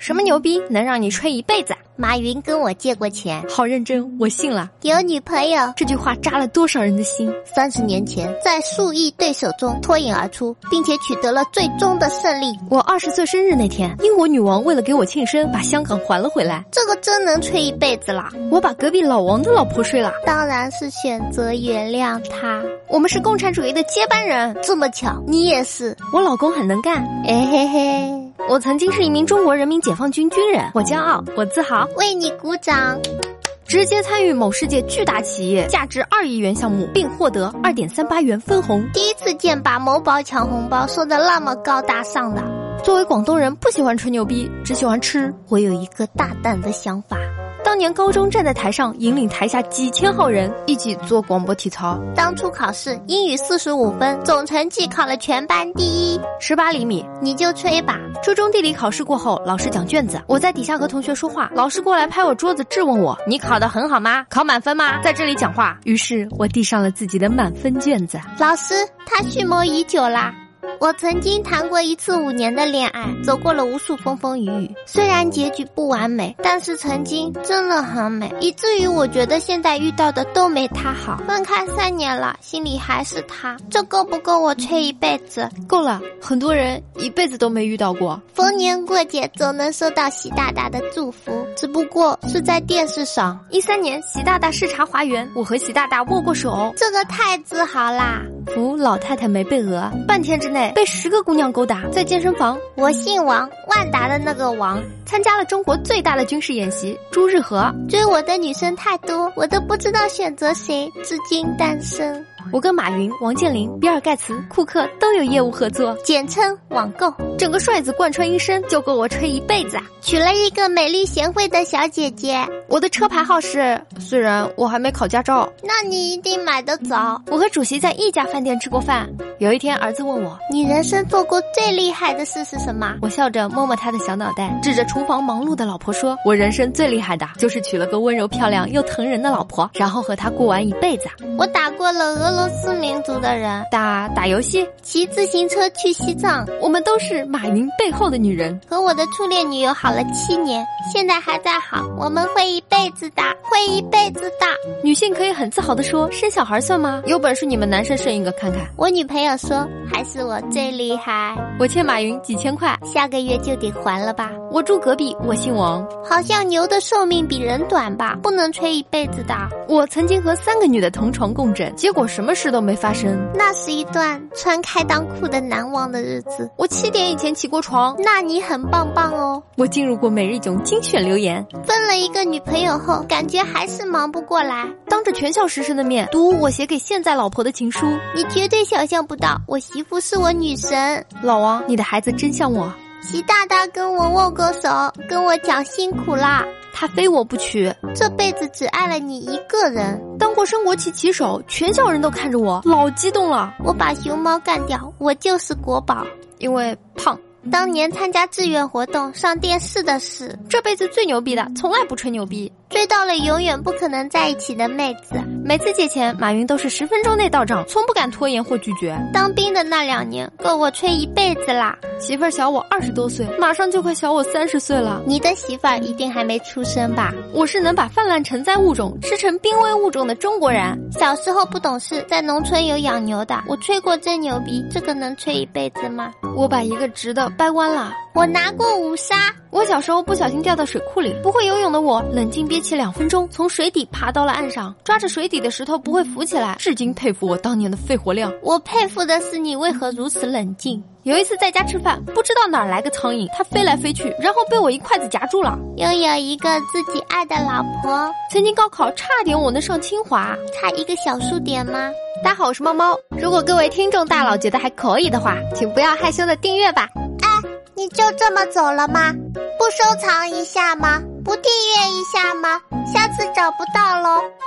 什么牛逼能让你吹一辈子？ 马云跟我借过钱， 好认真，我信了。 有女朋友， 这句话扎了多少人的心 ？30年前，在数亿对手中脱颖而出，并且取得了最终的胜利。 我20岁生日那天，英国女王为了给我庆生，把香港还了回来。 这个真能吹一辈子啦！ 我把隔壁老王的老婆睡了， 当然是选择原谅他。 我们是共产主义的接班人， 这么巧，你也是。 我老公很能干， 哎嘿嘿。 我曾经是一名中国人民解放军军人，我骄傲，我自豪， 为你鼓掌。 直接参与某世界巨大企业价值2亿元项目，并获得2.38元分红。 第一次见把某宝抢红包说的那么高大上的。 作为广东人，不喜欢吹牛逼，只喜欢吃。 我有一个大胆的想法。 当年高中站在台上，引领台下几千号人一起做广播体操。 当初考试英语45分，总成绩考了全班第一 ，18厘米， 你就吹吧。 初中地理考试过后，老师讲卷子，我在底下和同学说话，老师过来拍我桌子质问我：“你考得很好吗？考满分吗？在这里讲话。”于是我递上了自己的满分卷子。 老师，他蓄谋已久啦。我曾经谈过一次5年的恋爱，走过了无数风风雨雨。虽然结局不完美，但是曾经真的很美，以至于我觉得现在遇到的都没他好。分开3年了，心里还是他，这够不够我吹一辈子？ 够了，很多人一辈子都没遇到过。 逢年过节总能收到习大大的祝福，只不过是在电视上。 13年，习大大视察华园，我和习大大握过手， 这个太自豪啦。 扶老太太没被讹，半天之内被10个姑娘勾搭，在健身房。 我姓王，万达的那个王。 参加了中国最大的军事演习朱日和。 追我的女生太多，我都不知道选择谁，至今单身。 我跟马云、王健林、比尔盖茨、库克都有业务合作， 简称网购。 整个帅子贯穿一身，就够我吹一辈子啊！ 娶了一个美丽贤惠的小姐姐。 我的车牌号是，虽然我还没考驾照， 那你一定买得早。 我和主席在一家饭店吃过饭。有一天，儿子问我：“ 你人生做过最厉害的事是什么？” 我笑着摸摸他的小脑袋，指着厨房忙碌的老婆说：“我人生最厉害的就是娶了个温柔漂亮又疼人的老婆，然后和她过完一辈子。” 我打过了俄罗斯民族的人， 打游戏， 骑自行车去西藏。 我们都是马云背后的女人。 和我的初恋女友好了7年，现在还在好，我们会一辈子的，会一辈子的。 女性可以很自豪地说，生小孩算吗？有本事你们男生生一个看看。 我女朋友说，还是我最厉害。 我欠马云几千块， 下个月就得还了吧。 我住隔壁，我姓王。 好像牛的寿命比人短吧，不能吹一辈子的。 我曾经和3个女的同床共枕，结果什么事都没发生。 那是一段穿开裆裤的难忘的日子。 我7点以前起过床， 那你很棒棒哦。 我进入过每日囧精选留言。 分了一个女朋友后，感觉还是忙不过来， 当着全校师生的面读我写给现在老婆的情书。 你绝对想象不到，我媳妇是我女神。 老王，你的孩子真像我。 习大大跟我握过手，跟我讲辛苦啦。 他非我不娶， 这辈子只爱了你一个人。 当过升国旗旗手，全校人都看着我，老激动了。 我把熊猫干掉，我就是国宝。 因为胖。 当年参加志愿活动上电视的事， 这辈子最牛逼的，从来不吹牛逼。 追到了永远不可能在一起的妹子， 每次借钱，马云都是10分钟内到账，从不敢拖延或拒绝。 当兵的那2年，够我吹一辈子啦。 媳妇儿小我20多岁，马上就快小我30岁了。 你的媳妇儿一定还没出生吧？ 我是能把泛滥成灾物种吃成濒危物种的中国人。 小时候不懂事，在农村有养牛的，我吹过真牛逼，这个能吹一辈子吗？ 我把一个直的掰弯了。 我拿过5杀。 我小时候不小心掉到水库里，不会游泳的我冷静憋气2分钟，从水底爬到了岸上，抓着水底的石头不会浮起来，至今佩服我当年的肺活量。 我佩服的是你为何如此冷静。 有一次在家吃饭，不知道哪儿来个苍蝇，它飞来飞去，然后被我一筷子夹住了。 拥有一个自己爱的老婆。 曾经高考差点我能上清华， 差一个小数点吗？ 大家好，我是猫猫。如果各位听众大佬觉得还可以的话，请不要害羞的订阅吧。 你就这么走了吗？不收藏一下吗？不订阅一下吗？下次找不到咯。